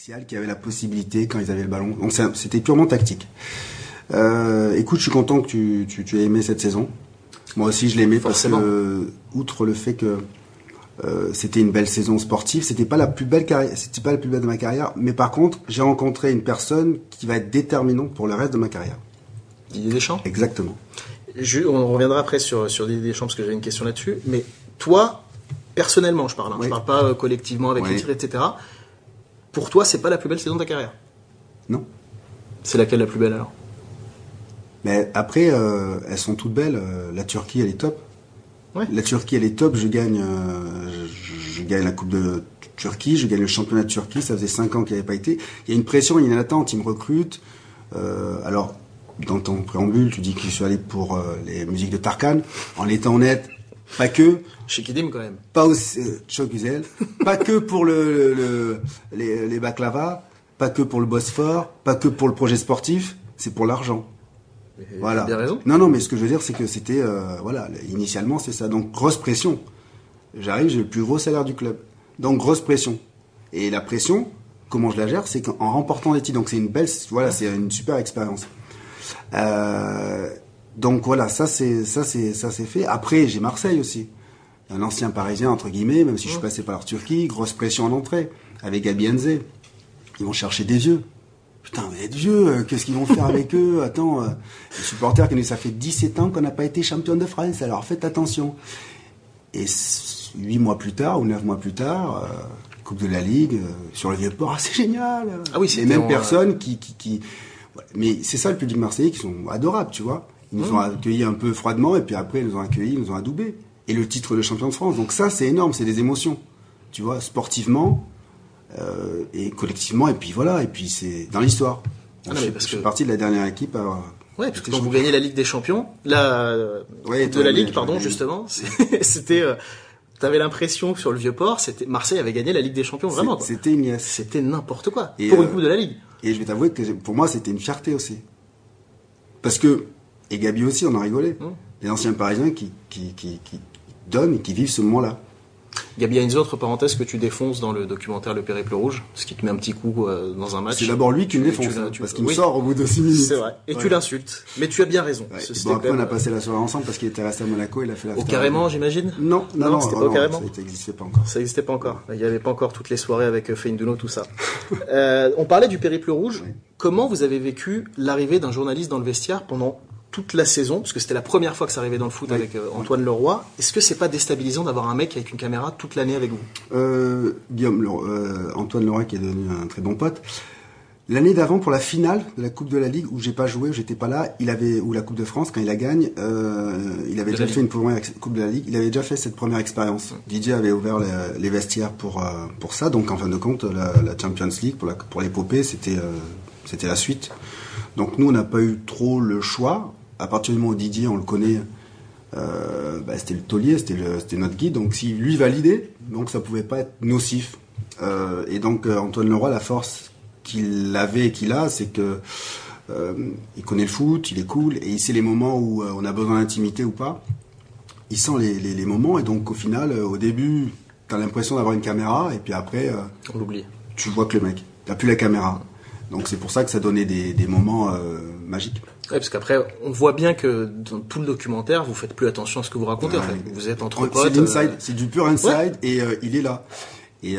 axial qui avait la possibilité quand ils avaient le ballon. Donc c'était purement tactique. Écoute, je suis content que tu aies aimé cette saison. Moi aussi, je l'ai aimé parce que, outre le fait que c'était une belle saison sportive, c'était pas la plus belle de ma carrière, mais par contre, j'ai rencontré une personne qui va être déterminante pour le reste de ma carrière. Didier Deschamps. Exactement. On reviendra après sur Didier Deschamps parce que j'ai une question là-dessus. Mais toi, personnellement, je parle. Je parle pas collectivement avec les tirs, etc. Pour toi, c'est pas la plus belle saison de ta carrière? Non. C'est laquelle la plus belle alors? Mais après, elles sont toutes belles. La Turquie, elle est top. Ouais. La Turquie, elle est top. Je gagne la Coupe de Turquie. Je gagne le championnat de Turquie. Ça faisait 5 ans qu'il n'y avait pas été. Il y a une pression, il y a une attente. Ils me recrutent. Alors, dans ton préambule, tu dis que je suis allé pour les musiques de Tarkan. En étant honnête, pas que. Chez Kidim quand même. Pas aussi. Choguzel. Pas que pour les baklava. Pas que pour le Bosphore. Pas que pour le projet sportif. C'est pour l'argent. Voilà. T'as bien raison. Non, mais ce que je veux dire, c'est que c'était, initialement, c'est ça. Donc, grosse pression. J'arrive, j'ai le plus gros salaire du club. Donc, grosse pression. Et la pression, comment je la gère, c'est qu'en remportant des titres. Donc, c'est une belle, c'est une super expérience. Donc, voilà, ça c'est fait. Après, j'ai Marseille aussi. Un ancien Parisien, entre guillemets, même si je suis passé par la Turquie, grosse pression en entrée. Avec Gabi Heinze. Ils vont chercher des vieux. Putain, vous êtes vieux, qu'est-ce qu'ils vont faire avec eux? Attends, les supporters qui nous disent ça fait 17 ans qu'on n'a pas été champion de France, alors faites attention. Et 8 mois plus tard, ou 9 mois plus tard, Coupe de la Ligue, sur le Vieux-Port, c'est génial. Ah oui, c'est les mêmes personnes qui... Mais c'est ça le public marseillais qui sont adorables, tu vois. Ils nous ont accueillis un peu froidement, et puis après, ils nous ont accueillis, ils nous ont adoubés. Et le titre de champion de France, donc ça, c'est énorme, c'est des émotions. Tu vois, sportivement... et collectivement, et puis voilà, et puis c'est dans l'histoire. Je suis parti de la dernière équipe. Ouais, parce que quand vous gagnez la Ligue des Champions, justement, c'était, t'avais l'impression que sur le Vieux-Port, Marseille avait gagné la Ligue des Champions, vraiment. C'était une liesse. C'était n'importe quoi. Pour une Coupe de la Ligue. Et je vais t'avouer que pour moi, c'était une fierté aussi. Parce que, et Gabi aussi, on a rigolé. Les anciens Parisiens qui donnent et qui vivent ce moment-là. Gabi Heinze, entre parenthèses, que tu défonces dans le documentaire Le Périple Rouge, ce qui te met un petit coup dans un match. C'est d'abord lui qui me défonce, parce qu'il me sort au bout de 6 minutes. C'est vrai. Et tu l'insultes. Mais tu as bien raison. Ouais. Bon, après, on a passé la soirée ensemble parce qu'il était resté à Monaco, il a fait la Au Carrément, j'imagine? Non, c'était pas au Carrément. Ça n'existait pas encore. Ça n'existait pas encore. Il n'y avait pas encore toutes les soirées avec Feindouno, tout ça. On parlait du Périple Rouge. Oui. Comment vous avez vécu l'arrivée d'un journaliste dans le vestiaire pendant toute la saison, parce que c'était la première fois que ça arrivait dans le foot avec Antoine Leroy. Est-ce que c'est pas déstabilisant d'avoir un mec avec une caméra toute l'année avec vous? Guillaume, Antoine Leroy qui est devenu un très bon pote. L'année d'avant, pour la finale de la Coupe de la Ligue, où j'ai pas joué, où j'étais pas là, ou la Coupe de France, quand il la gagne, il avait déjà fait une première Coupe de la Ligue, il avait déjà fait cette première expérience. Didier avait ouvert les vestiaires pour ça, donc en fin de compte, la Champions League, pour l'épopée, c'était la suite. Donc nous, on n'a pas eu trop le choix. À partir du moment où Didier, on le connaît, c'était le taulier, c'était notre guide. Donc si lui validait, donc ça pouvait pas être nocif. Et donc Antoine Leroy, la force qu'il avait et qu'il a, c'est que il connaît le foot, il est cool et il sait les moments où on a besoin d'intimité ou pas. Il sent les moments et donc au final, au début, t'as l'impression d'avoir une caméra et puis après, on l'oublie. Tu vois que le mec, t'as plus la caméra. Donc c'est pour ça que ça donnait des moments magiques. Ouais, parce qu'après, on voit bien que dans tout le documentaire, vous faites plus attention à ce que vous racontez. En fait. Vous êtes entre potes. C'est l'inside, c'est du pur inside et il est là. Et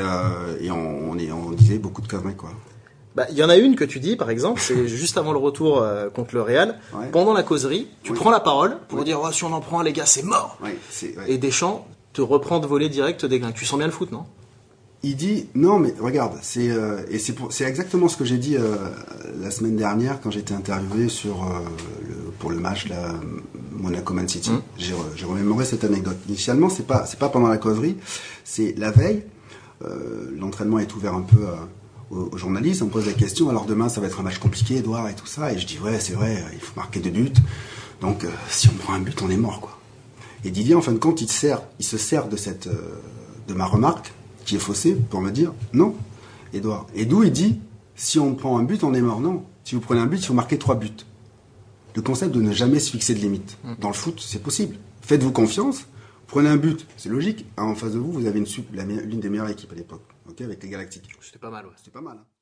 on disait beaucoup de conneries, quoi. Il y en a une que tu dis, par exemple, c'est juste avant le retour contre le Real. Ouais. Pendant la causerie, tu prends la parole pour dire si on en prend un, les gars, c'est mort. Ouais, Et Deschamps te reprend de voler direct des glingues. Tu sens bien le foot, non? Il dit non mais regarde, c'est exactement ce que j'ai dit la semaine dernière quand j'étais interviewé pour le match Monaco-Man City. J'ai remémoré cette anecdote. Initialement, c'est pas pendant la causerie, c'est la veille. L'entraînement est ouvert un peu aux journalistes. On me pose la question. Alors demain, ça va être un match compliqué, Edouard et tout ça. Et je dis ouais, c'est vrai, il faut marquer 2 buts. Donc si on prend un but, on est mort, quoi. Et Didier, en fin de compte, il se sert de ma remarque qui est faussé pour me dire non, Edouard. Et d'où il dit si on prend un but, on est mort. Non. Si vous prenez un but, il faut marquer 3 buts. Le concept de ne jamais se fixer de limite. Dans le foot, c'est possible. Faites-vous confiance, prenez un but, c'est logique. En face de vous, vous avez l'une des meilleures équipes à l'époque, avec les Galactiques. C'était pas mal, ouais. C'était pas mal. Hein.